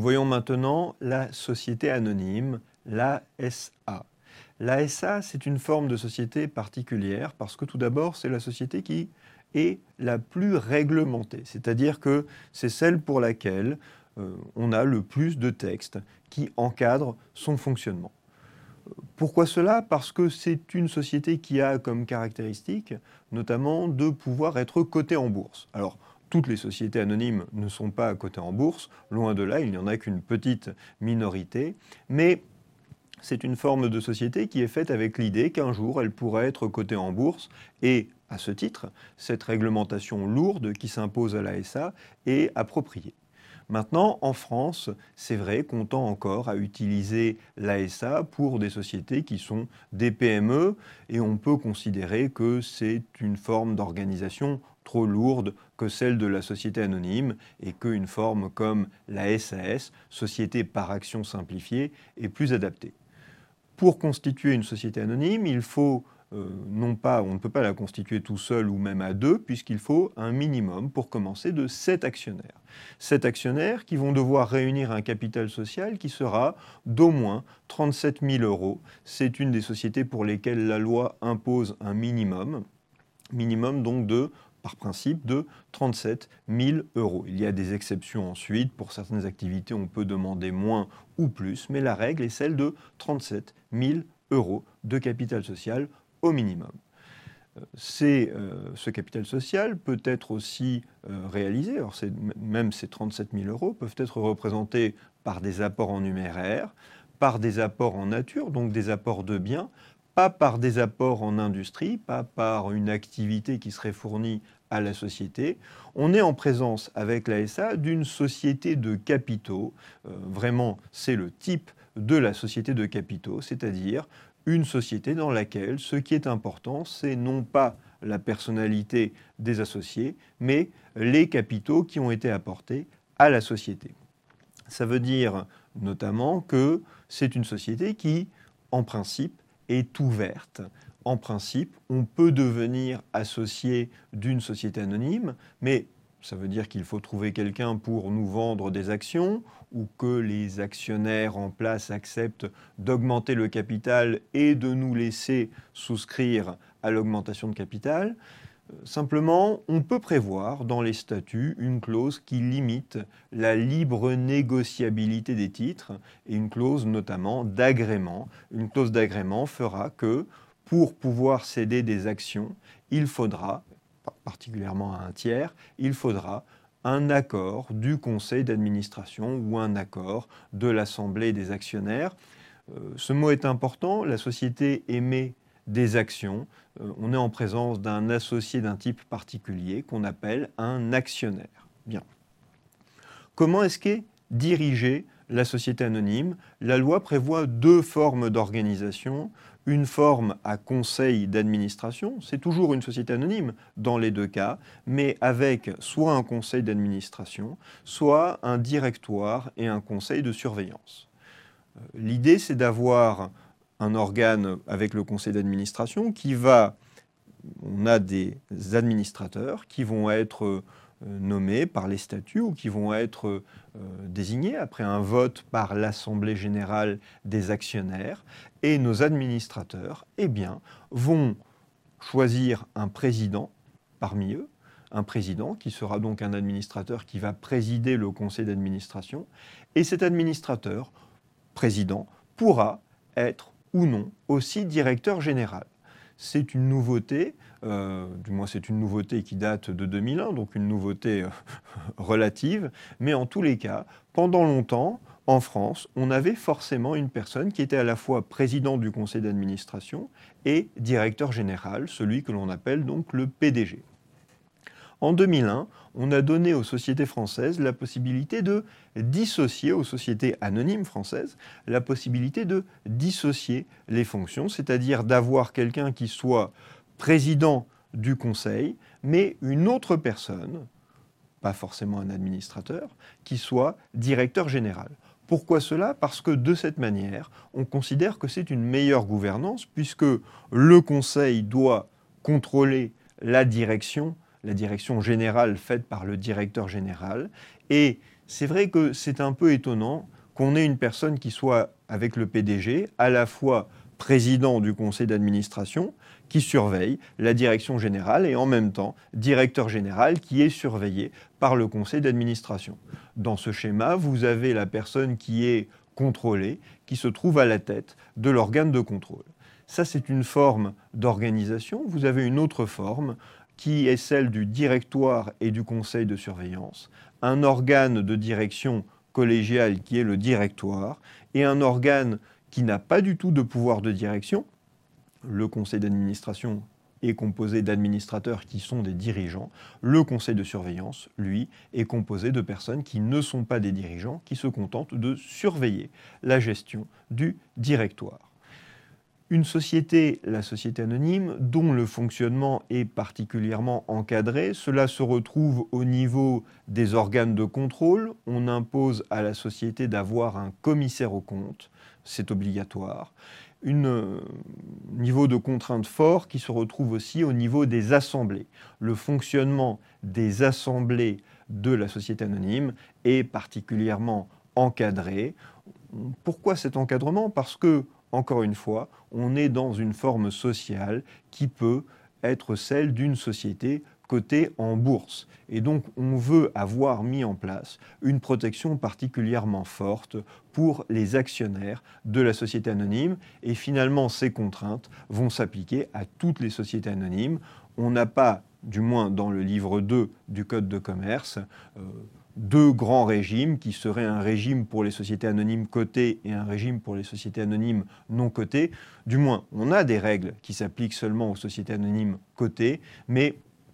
Voyons maintenant la société anonyme, l'ASA. L'ASA, c'est une forme de société particulière parce que tout d'abord, c'est la société qui est la plus réglementée, c'est-à-dire que c'est celle pour laquelle on a le plus de textes qui encadrent son fonctionnement. Pourquoi cela? Parce que c'est une société qui a comme caractéristique notamment de pouvoir être cotée en bourse. Alors, toutes les sociétés anonymes ne sont pas cotées en bourse, loin de là, il n'y en a qu'une petite minorité, mais c'est une forme de société qui est faite avec l'idée qu'un jour elle pourrait être cotée en bourse et, à ce titre, cette réglementation lourde qui s'impose à l'ASA est appropriée. Maintenant, en France, c'est vrai qu'on tend encore à utiliser l'ASA pour des sociétés qui sont des PME et on peut considérer que c'est une forme d'organisation trop lourde que celle de la société anonyme et qu'une forme comme la SAS, Société par action simplifiée, est plus adaptée. Pour constituer une société anonyme, il faut on ne peut pas la constituer tout seul ou même à deux, puisqu'il faut un minimum, pour commencer, de 7 actionnaires. 7 actionnaires qui vont devoir réunir un capital social qui sera d'au moins 37 000 euros. C'est une des sociétés pour lesquelles la loi impose un minimum donc par principe, de 37 000 euros. Il y a des exceptions ensuite. Pour certaines activités, on peut demander moins ou plus, mais la règle est celle de 37 000 euros de capital social au minimum. Ce capital social peut être aussi réalisé, alors même ces 37 000 euros peuvent être représentés par des apports en numéraire, par des apports en nature, donc des apports de biens, pas par des apports en industrie, pas par une activité qui serait fournie à la société. On est en présence avec l'ASA d'une société de capitaux. Vraiment, c'est le type de la société de capitaux, c'est-à-dire une société dans laquelle ce qui est important, c'est non pas la personnalité des associés, mais les capitaux qui ont été apportés à la société. Ça veut dire notamment que c'est une société qui, en principe, est ouverte. En principe, on peut devenir associé d'une société anonyme, mais ça veut dire qu'il faut trouver quelqu'un pour nous vendre des actions ou que les actionnaires en place acceptent d'augmenter le capital et de nous laisser souscrire à l'augmentation de capital. Simplement, on peut prévoir dans les statuts une clause qui limite la libre négociabilité des titres et une clause notamment d'agrément. Une clause d'agrément fera que pour pouvoir céder des actions, il faudra, particulièrement à un tiers, il faudra un accord du conseil d'administration ou un accord de l'assemblée des actionnaires. Ce mot est important, la société émet des actions. On est en présence d'un associé d'un type particulier qu'on appelle un actionnaire. Bien. Comment est-ce qu'est dirigée la société anonyme? La loi prévoit 2 formes d'organisation. Une forme à conseil d'administration, c'est toujours une société anonyme dans les 2 cas, mais avec soit un conseil d'administration, soit un directoire et un conseil de surveillance. L'idée, c'est d'avoir un organe avec le conseil d'administration on a des administrateurs qui vont être nommés par les statuts ou qui vont être désignés après un vote par l'Assemblée générale des actionnaires. Et nos administrateurs, vont choisir un président parmi eux, un président qui sera donc un administrateur qui va présider le conseil d'administration. Et cet administrateur, président, pourra être ou non aussi directeur général. C'est une nouveauté, du moins c'est une nouveauté qui date de 2001, donc une nouveauté relative, mais en tous les cas, pendant longtemps, en France, on avait forcément une personne qui était à la fois président du conseil d'administration et directeur général, celui que l'on appelle donc le PDG. En 2001, on a donné aux sociétés françaises la possibilité de dissocier, aux sociétés anonymes françaises, la possibilité de dissocier les fonctions, c'est-à-dire d'avoir quelqu'un qui soit président du conseil, mais une autre personne, pas forcément un administrateur, qui soit directeur général. Pourquoi cela? Parce que de cette manière, on considère que c'est une meilleure gouvernance, puisque le conseil doit contrôler la direction générale faite par le directeur général. Et C'est vrai que c'est un peu étonnant qu'on ait une personne qui soit avec le PDG, à la fois président du conseil d'administration, qui surveille la direction générale et en même temps directeur général qui est surveillé par le conseil d'administration. Dans ce schéma, vous avez la personne qui est contrôlée, qui se trouve à la tête de l'organe de contrôle. Ça, c'est une forme d'organisation. Vous avez une autre forme qui est celle du directoire et du conseil de surveillance, un organe de direction collégial qui est le directoire, et un organe qui n'a pas du tout de pouvoir de direction. Le conseil d'administration est composé d'administrateurs qui sont des dirigeants. Le conseil de surveillance, lui, est composé de personnes qui ne sont pas des dirigeants, qui se contentent de surveiller la gestion du directoire. Une société, la société anonyme, dont le fonctionnement est particulièrement encadré, cela se retrouve au niveau des organes de contrôle. On impose à la société d'avoir un commissaire aux comptes, c'est obligatoire. Un niveau de contrainte fort qui se retrouve aussi au niveau des assemblées. Le fonctionnement des assemblées de la société anonyme est particulièrement encadré. Pourquoi cet encadrement? Parce que, encore une fois, on est dans une forme sociale qui peut être celle d'une société cotée en bourse. Et donc, on veut avoir mis en place une protection particulièrement forte pour les actionnaires de la société anonyme. Et finalement, ces contraintes vont s'appliquer à toutes les sociétés anonymes. On n'a pas, du moins dans le livre 2 du Code de commerce, deux grands régimes qui seraient un régime pour les sociétés anonymes cotées et un régime pour les sociétés anonymes non cotées. Du moins, on a des règles qui s'appliquent seulement aux sociétés anonymes cotées, mais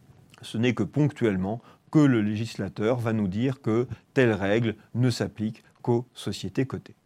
ce n'est que ponctuellement que le législateur va nous dire que telle règle ne s'applique qu'aux sociétés cotées.